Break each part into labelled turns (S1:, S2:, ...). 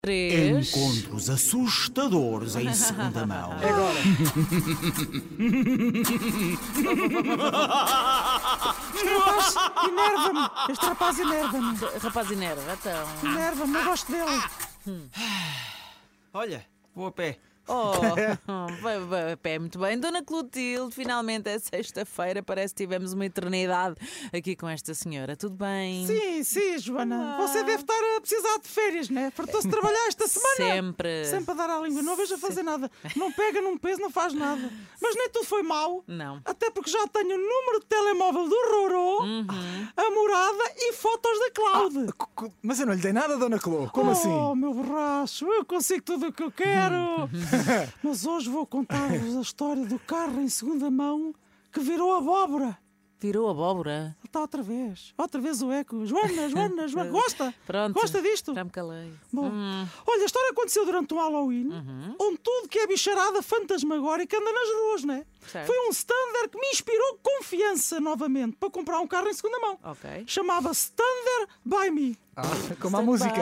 S1: 3.
S2: Encontros assustadores em segunda mão.
S3: É agora.
S4: Este rapaz enerva-me.
S1: Rapaz enerva, então.
S4: Enerva-me, não gosto dele.
S3: Olha, vou a pé.
S1: Oh, vai a pé, muito bem. Dona Clotilde, finalmente é sexta-feira. Parece que tivemos uma eternidade aqui com esta senhora. Tudo bem?
S4: Sim, Joana. Você deve estar a precisar de férias, né? Fartou-se de trabalhar esta semana.
S1: Sempre
S4: A dar à língua. Não vejo a fazer nada. Não pega num peso, não faz nada. Mas nem tudo foi mau.
S1: Não.
S4: Até porque já tenho o número de telemóvel do Rorô, a morada e fotos da Cláudia.
S3: Mas eu não lhe dei nada, Dona Clô. Como assim?
S4: Oh, meu borracho, eu consigo tudo o que eu quero. Mas hoje vou contar-vos a história do carro em segunda mão que virou abóbora.
S1: Virou abóbora?
S4: Está outra vez o eco. Joana, gosta?
S1: Pronto.
S4: Gosta disto?
S1: Já me calei.
S4: Bom, olha, a história aconteceu durante um Halloween, onde tudo que é bicharada fantasmagórica anda nas ruas, não é?
S1: Certo.
S4: Foi um Stander que me inspirou confiança novamente para comprar um carro em segunda mão.
S1: Ok.
S4: Chamava-se Stander by Me.
S3: Como a música.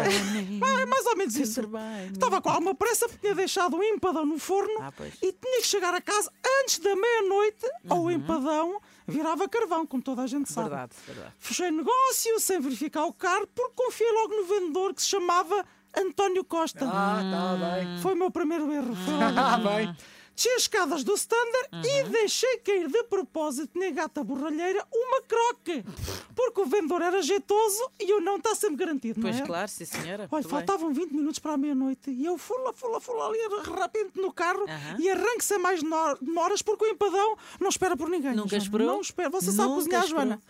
S4: É mais ou menos isso. Estava com alguma pressa porque tinha deixado o empadão no forno
S1: Pois.
S4: e tinha que chegar a casa antes da meia-noite ou o empadão virava carvão, como toda a gente sabe.
S1: Verdade.
S4: Fechei negócio sem verificar o carro porque confiei logo no vendedor que se chamava António Costa.
S3: Tá bem.
S4: Foi o meu primeiro erro. Foi logo.
S3: Bem.
S4: Desci as escadas do Stander e deixei cair de propósito na gata borralheira uma croque. Porque o vendedor era jeitoso e o não está sempre garantido, não é?
S1: Pois claro, sim senhora.
S4: Olha,
S1: Muito bem.
S4: faltavam 20 minutos para a meia-noite e eu fui lá ali rapidamente no carro e arranque sem mais demoras porque o empadão não espera por ninguém.
S1: Nunca
S4: Joana.
S1: esperou?
S4: Não espera. Você sabe cozinhar, Joana?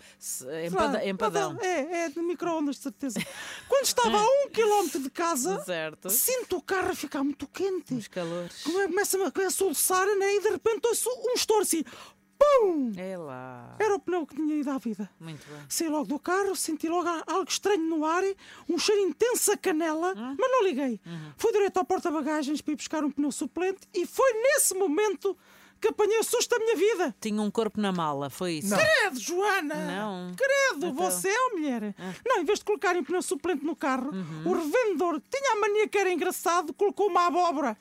S1: Empadão.
S4: É de micro-ondas, de certeza. Quando estava a 1 km de casa,
S1: Certo.
S4: sinto o carro a ficar muito quente.
S1: Os calores.
S4: Começa-me a soluçar, né? E de repente ouço um estouro assim. Pum!
S1: É lá.
S4: Era o pneu que tinha ido à vida.
S1: Muito bem.
S4: Saí logo do carro, senti logo algo estranho no ar, um cheiro intenso a canela, mas não liguei. Fui direto ao porta-bagagens para ir buscar um pneu suplente e foi nesse momento que apanhei o susto da minha vida.
S1: Tinha um corpo na mala, foi isso?
S4: Credo, Joana!
S1: Não.
S4: Credo,
S1: Então.
S4: você é uma mulher. Não, em vez de colocarem pneu suplente no carro, o revendedor, que tinha a mania que era engraçado, colocou uma abóbora.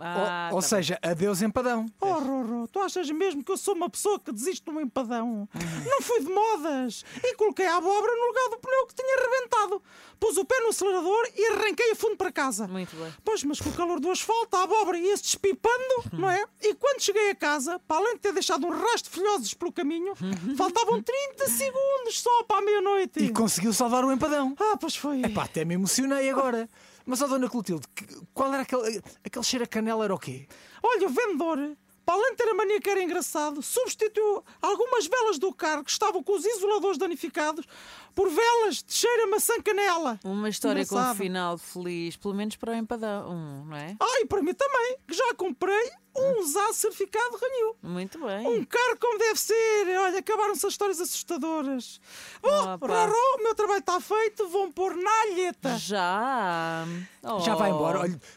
S3: Ou seja, adeus empadão.
S4: Oh, Rorô, tu achas mesmo que eu sou uma pessoa que desiste de um empadão? Não fui de modas. E coloquei a abóbora no lugar do pneu que tinha rebentado. Pus o pé no acelerador e arranquei a fundo para casa.
S1: Muito bem.
S4: Pois, mas com o calor do asfalto, a abóbora ia-se despipando, não é? E quando cheguei a casa, para além de ter deixado um rastro de folhosos pelo caminho, faltavam 30 segundos só para a meia-noite.
S3: E conseguiu salvar o empadão.
S4: Pois foi.
S3: Epá, até me emocionei agora. Mas, ó Dona Clotilde, qual era aquele cheiro a canela? Era o quê?
S4: Olha, o vendedor, para além de ter a mania que era engraçado, substituiu algumas velas do carro que estavam com os isoladores danificados por velas de cheiro a maçã-canela.
S1: Uma história com um
S4: Engraçado.
S1: final feliz, pelo menos para o empadão, não é?
S4: E para mim também, que já comprei um usado certificado Renew.
S1: Muito bem.
S4: Um carro como deve ser. Olha, acabaram-se as histórias assustadoras. Bom,
S1: Opa.
S4: Rorô, o meu trabalho está feito, vão pôr na alheta.
S1: Já.
S3: Já vai
S1: Oh.
S3: embora. Olha,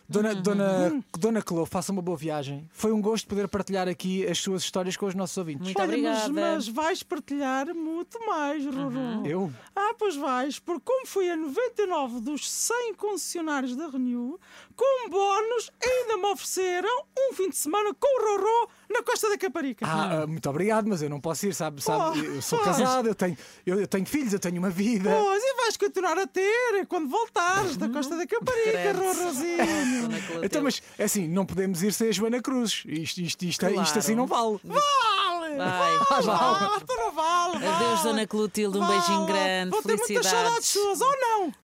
S3: Dona Clô, faça uma boa viagem. Foi um gosto poder partilhar aqui as suas histórias com os nossos ouvintes.
S1: Muito
S4: Olha,
S1: obrigada.
S4: mas vais partilhar muito mais, Rorô.
S3: Eu?
S4: Pois vais, porque como fui a 99 dos 100 concessionários da Renew, com bónus ainda me ofereceram um fim de semana com o Rorô na Costa da Caparica.
S3: Muito obrigado, mas eu não posso ir, sabe?
S4: Oh,
S3: Eu sou
S4: pois.
S3: casado, eu tenho filhos, eu tenho uma vida.
S4: Pois, e vais continuar a ter quando voltares da Costa da Caparica,
S1: Credo.
S4: Rorôzinho.
S1: Dona Clotilde.
S3: Então, mas é assim, não podemos ir sem a Joana Cruz. Isto
S1: Claro.
S3: assim não vale.
S4: Vale!
S1: Vai.
S4: Tu não vale!
S1: Adeus, Dona Clotilde, um beijinho grande.
S4: Vou ter muitas saudades
S1: Felicidades.
S4: suas, ou não?